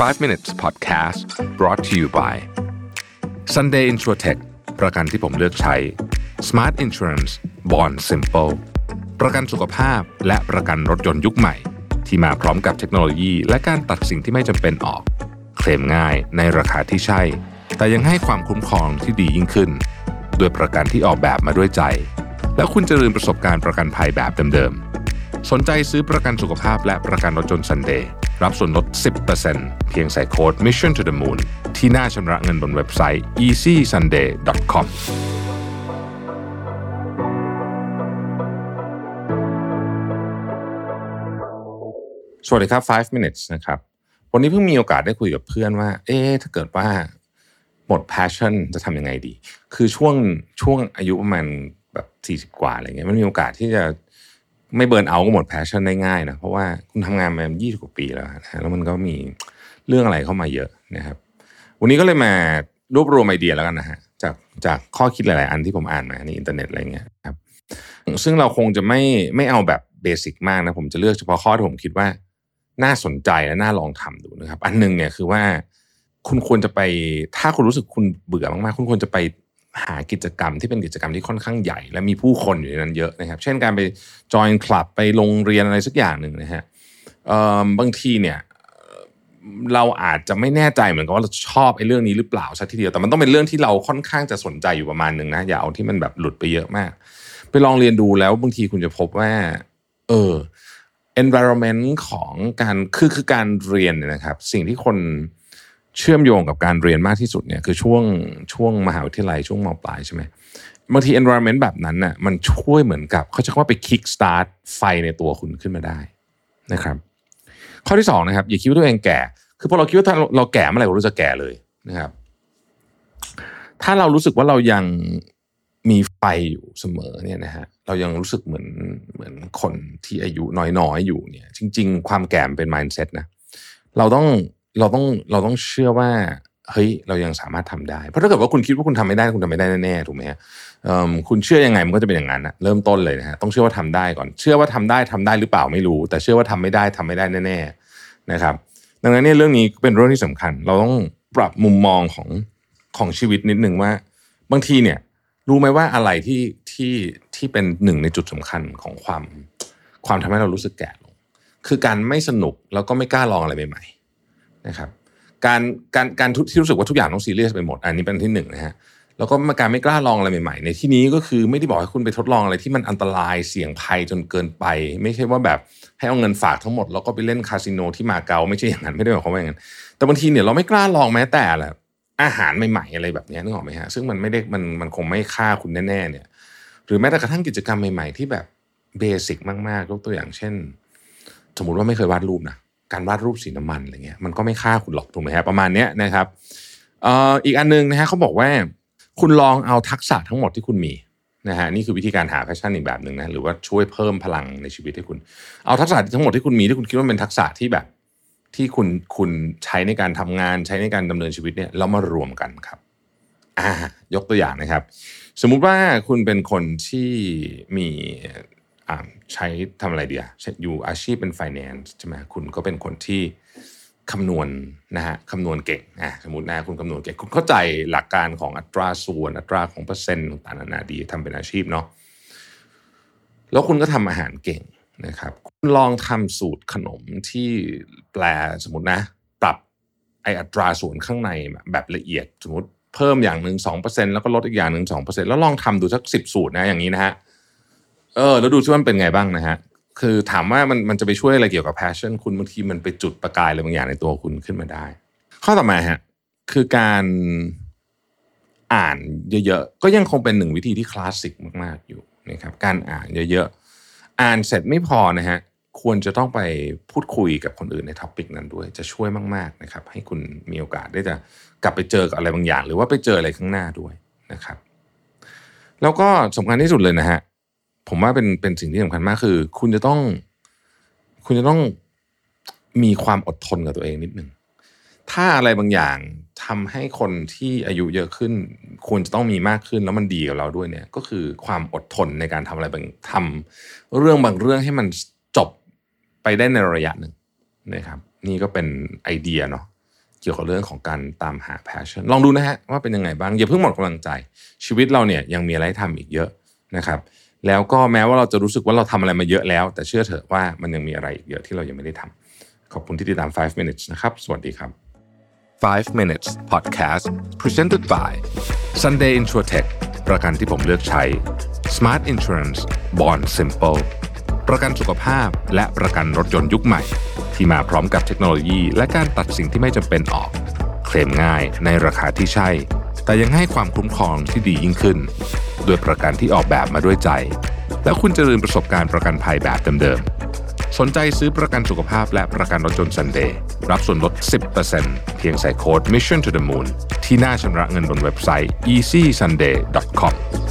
5 minutes podcast brought to you by Sunday Insurtech ประกันที่ผมเลือกใช้ Smart Insurance Bond Simple ประกันสุขภาพและประกันรถยนต์ยุคใหม่ที่มาพร้อมกับเทคโนโลยีและการตัดสิ่งที่ไม่จำเป็นออกเคลมง่ายในราคาที่ใช่แต่ยังให้ความคุ้มครองที่ดียิ่งขึ้นด้วยประกันที่ออกแบบมาด้วยใจแล้วคุณจะลืมประสบการณ์ประกันภัยแบบเดิมๆสนใจซื้อประกันสุขภาพและประกันรถยนต์ Sunday รับส่วนลด 10% เพียงใส่โค้ด Mission to the Moon ที่หน้าชำระเงินบนเว็บไซต์ easysunday.com สวัสดีครับ 5 minutes นะครับวันนี้เพิ่งมีโอกาสได้คุยกับเพื่อนว่าถ้าเกิดว่าหมด passion จะทำยังไงดีคือช่วงอายุประมาณแบบ40กว่าอะไรเงี้ยมันมีโอกาสที่จะไม่เบิร์นเอาท์ก็หมด passion ได้ง่ายนะเพราะว่าคุณทำงานมา20กว่าปีแล้วนะแล้วมันก็มีเรื่องอะไรเข้ามาเยอะนะครับวันนี้ก็เลยมารวบรวมไอเดียแล้วกันนะฮะจากข้อคิดหลายๆอันที่ผมอ่านมาในอินเทอร์เน็ตอะไรเงี้ยครับซึ่งเราคงจะไม่เอาแบบเบสิกมากนะผมจะเลือกเฉพาะข้อที่ผมคิดว่าน่าสนใจและน่าลองทำดูนะครับอันนึงเนี่ยคือว่าคุณควรจะไปถ้าคุณรู้สึกคุณเบื่อมากๆคุณควรจะไปหากิจกรรมที่เป็นกิจกรรมที่ค่อนข้างใหญ่และมีผู้คนอยู่ในนั้นเยอะนะครับเช่นการไปจอยคลับไปโรงเรียนอะไรสักอย่างหนึ่งนะฮะบางทีเนี่ยเราอาจจะไม่แน่ใจเหมือนกันว่าเราชอบไอ้เรื่องนี้หรือเปล่าสักทีเดียวแต่มันต้องเป็นเรื่องที่เราค่อนข้างจะสนใจอยู่ประมาณนึงนะอย่าเอาที่มันแบบหลุดไปเยอะมากไปลองเรียนดูแล้วบางทีคุณจะพบว่าenvironment ของการคือการเรียนเนี่ยนะครับสิ่งที่คนเชื่อมโยงกับการเรียนมากที่สุดเนี่ยคือช่วงมหาวิทยาลัยช่วงม.ปลายใช่ไหมบางที environment แบบนั้นน่ะมันช่วยเหมือนกับเขาจะว่าไป kick start ไฟในตัวคุณขึ้นมาได้นะครับข้อที่2นะครับอย่าคิดว่าตัวเองแก่คือพอเราคิดว่าถ้าเราแก่เมื่อไหร่เราจะแก่เลยนะครับถ้าเรารู้สึกว่าเรายังมีไฟอยู่เสมอเนี่ยนะฮะเรายังรู้สึกเหมือนคนที่อายุน้อยๆอยู่เนี่ยจริงๆความแก่เป็น mindset นะเราต้องเชื่อว่าเฮ้ยเรายังสามารถทำได้เพราะถ้าเกิดว่าคุณคิดว่าคุณทำไม่ได้คุณทำไม่ได้แน่ๆถูกไหมฮะคุณเชื่อยังไงมันก็จะเป็นอย่างนั้นนะเริ่มต้นเลยนะฮะต้องเชื่อว่าทำได้ก่อนเชื่อว่าทำได้หรือเปล่าไม่รู้แต่เชื่อว่าทำไม่ได้แน่ๆนะครับดังนั้นเนี่ยเรื่องนี้เป็นเรื่องที่สำคัญเราต้องปรับมุมมองของชีวิตนิดนึงว่าบางทีเนี่ยรู้ไหมว่าอะไรที่เป็นหนึ่งในจุดสำคัญของความทำให้เรารู้สึกแก่ลงคือการไม่สนุกแล้วก็ไม่กล้าลองอะไรใหม่ๆนะครับการที่รู้สึกว่าทุกอย่างต้องซีเรียสไปหมดอันนี้เป็นที่หนึ่งนะฮะแล้วก็การไม่กล้าลองอะไรใหม่ๆในที่นี้ก็คือไม่ได้บอกให้คุณไปทดลองอะไรที่มันอันตรายเสี่ยงภัยจนเกินไปไม่ใช่ว่าแบบให้เอาเงินฝากทั้งหมดแล้วก็ไปเล่นคาสิโนที่มาเก๊าไม่ใช่อย่างนั้นไม่ได้หมายความว่าอย่างนั้นแต่บางทีเนี่ยเราไม่กล้าลองแม้แต่แหละอาหารใหม่ๆอะไรแบบนี้นึกออกไหมฮะซึ่งมันไม่ได้มันคงไม่ฆ่าคุณแน่ๆเนี่ยหรือแม้แต่กระทั่งกิจกรรมใหม่ๆที่แบบเบสิกมากๆยกตัวอย่างเช่นสมมุติว่าไม่เคยวาดรูปนะการวาดรูปสีน้ำมันอะไรเงี้ยมันก็ไม่ฆ่าคุณหรอกถูกไหมฮะประมาณเนี้ยนะครับอีกอันนึงนะฮะเขาบอกว่าคุณลองเอาทักษะทั้งหมดที่คุณมีนะฮะนี่คือวิธีการหาแพชชั่นอีกแบบนึงนะหรือว่าช่วยเพิ่มพลังในชีวิตให้คุณเอาทักษะทั้งหมดที่คุณมีที่คุณคิดว่าเป็นทักษะที่แบบที่คุณใช้ในการทำงานใช้ในการดำเนินชีวิตเนี่ยแล้วมารวมกันครับยกตัวอย่างนะครับสมมุติว่าคุณเป็นคนที่มีใช้ทำอะไรดีอยู่อาชีพเป็น finance ใช่ไหมคุณก็เป็นคนที่คำนวณนะฮะคำนวณเก่งสมมุตินะคุณคำนวณเก่งคุณเข้าใจหลักการของอัตราส่วนอัตราของเปอร์เซ็นต์ต่างๆนานาดีทำเป็นอาชีพเนาะแล้วคุณก็ทำอาหารเก่งนะครับคุณลองทำสูตรขนมที่แปลสมมตินะปรับไออัตราส่วนข้างในแบบละเอียดสมมติเพิ่มอย่างหนึ่ง 2% แล้วก็ลดอีกอย่างหนึ่ง 2% แล้วลองทำดูสัก10สูตรนะอย่างนี้นะฮะแล้วดูซิว่ามันเป็นไงบ้างนะฮะคือถามว่ามันจะไปช่วยอะไรเกี่ยวกับ passion คุณบางทีมันไปจุดประกายอะไรบางอย่างในตัวคุณขึ้นมาได้ข้อต่อมาฮะคือการอ่านเยอะๆก็ยังคงเป็นหนึ่งวิธีที่คลาสสิกมากๆอยู่นะครับการอ่านเยอะๆอ่านเสร็จไม่พอนะฮะควรจะต้องไปพูดคุยกับคนอื่นในท็อปิกนั้นด้วยจะช่วยมากๆนะครับให้คุณมีโอกาสได้จะกลับไปเจอกับอะไรบางอย่างหรือว่าไปเจออะไรข้างหน้าด้วยนะครับแล้วก็สำคัญที่สุดเลยนะฮะผมว่าเป็นสิ่งที่สำคัญมากคือคุณจะต้องมีความอดทนกับตัวเองนิดนึงถ้าอะไรบางอย่างทำให้คนที่อายุเยอะขึ้นควรจะต้องมีมากขึ้นแล้วมันดีกับเราด้วยเนี่ยก็คือความอดทนในการทำอะไรบางทำเรื่องบางเรื่องให้มันจบไปได้ในระยะหนึ่งนะครับนี่ก็เป็นไอเดียเนาะเกี่ยวกับเรื่องของการตามหา passion ลองดูนะฮะว่าเป็นยังไงบ้างอย่าเพิ่งหมดกำลังใจชีวิตเราเนี่ยยังมีอะไรให้ทำอีกเยอะนะครับแล้วก็แม้ว่าเราจะรู้สึกว่าเราทำอะไรมาเยอะแล้วแต่เชื่อเถอะว่ามันยังมีอะไรอีกเยอะที่เรายังไม่ได้ทำขอบคุณที่ติดตาม 5 minutes นะครับสวัสดีครับ 5 minutes podcast presented by Sunday Insurtech ประกันที่ผมเลือกใช้ Smart Insurance Bond Simple ประกันสุขภาพและประกันรถยนต์ยุคใหม่ที่มาพร้อมกับเทคโนโลยีและการตัดสิ่งที่ไม่จำเป็นออกเคลมง่ายในราคาที่ใช่แต่ยังให้ความคุ้มครองที่ดียิ่งขึ้นด้วยประกันที่ออกแบบมาด้วยใจแล้วคุณจะลืมประสบการณ์ประกันภัยแบบเดิมๆสนใจซื้อประกันสุขภาพและประกันรถยนต์ Sunday รับส่วนลด 10% เพียงใส่โค้ด Mission to the Moon ที่หน้าชำระเงินบนเว็บไซต์ easysunday.com